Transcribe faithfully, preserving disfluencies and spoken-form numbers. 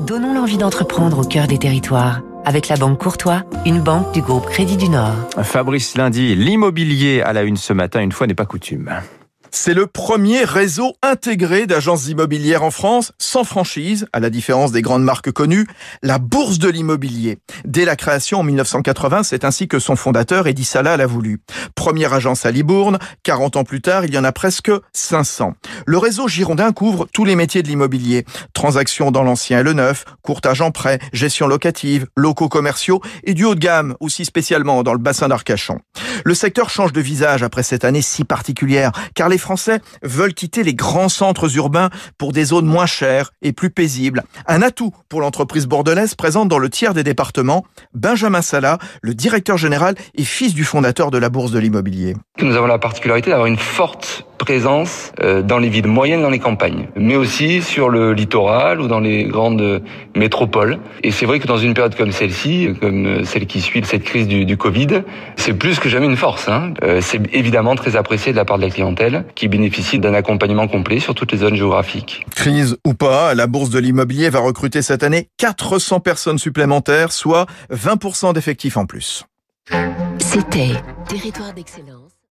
Donnons l'envie d'entreprendre au cœur des territoires. Avec la Banque Courtois, une banque du groupe Crédit du Nord. Fabrice Lundi, l'immobilier à la une ce matin, une fois n'est pas coutume. C'est le premier réseau intégré d'agences immobilières en France, sans franchise, à la différence des grandes marques connues, la Bourse de l'immobilier. Dès la création en mille neuf cent quatre-vingts, c'est ainsi que son fondateur, Eddy Salah, l'a voulu. Première agence à Libourne, quarante ans plus tard, il y en a presque cinq cents. Le réseau girondin couvre tous les métiers de l'immobilier. Transactions dans l'ancien et le neuf, courtage en prêt, gestion locative, locaux commerciaux et du haut de gamme, aussi spécialement dans le bassin d'Arcachon. Le secteur change de visage après cette année si particulière, car les Français veulent quitter les grands centres urbains pour des zones moins chères et plus paisibles. Un atout pour l'entreprise bordelaise présente dans le tiers des départements. Benjamin Salah, le directeur général et fils du fondateur de la Bourse de l'immobilier. Nous avons la particularité d'avoir une forte présence dans les villes moyennes, dans les campagnes, mais aussi sur le littoral ou dans les grandes métropoles. Et c'est vrai que dans une période comme celle-ci, comme celle qui suit cette crise du, du Covid, c'est plus que jamais une force. Hein. C'est évidemment très apprécié de la part de la clientèle qui bénéficie d'un accompagnement complet sur toutes les zones géographiques. Crise ou pas, la Bourse de l'immobilier va recruter cette année quatre cents personnes supplémentaires, soit vingt pour cent d'effectifs en plus. C'était Territoire d'excellence.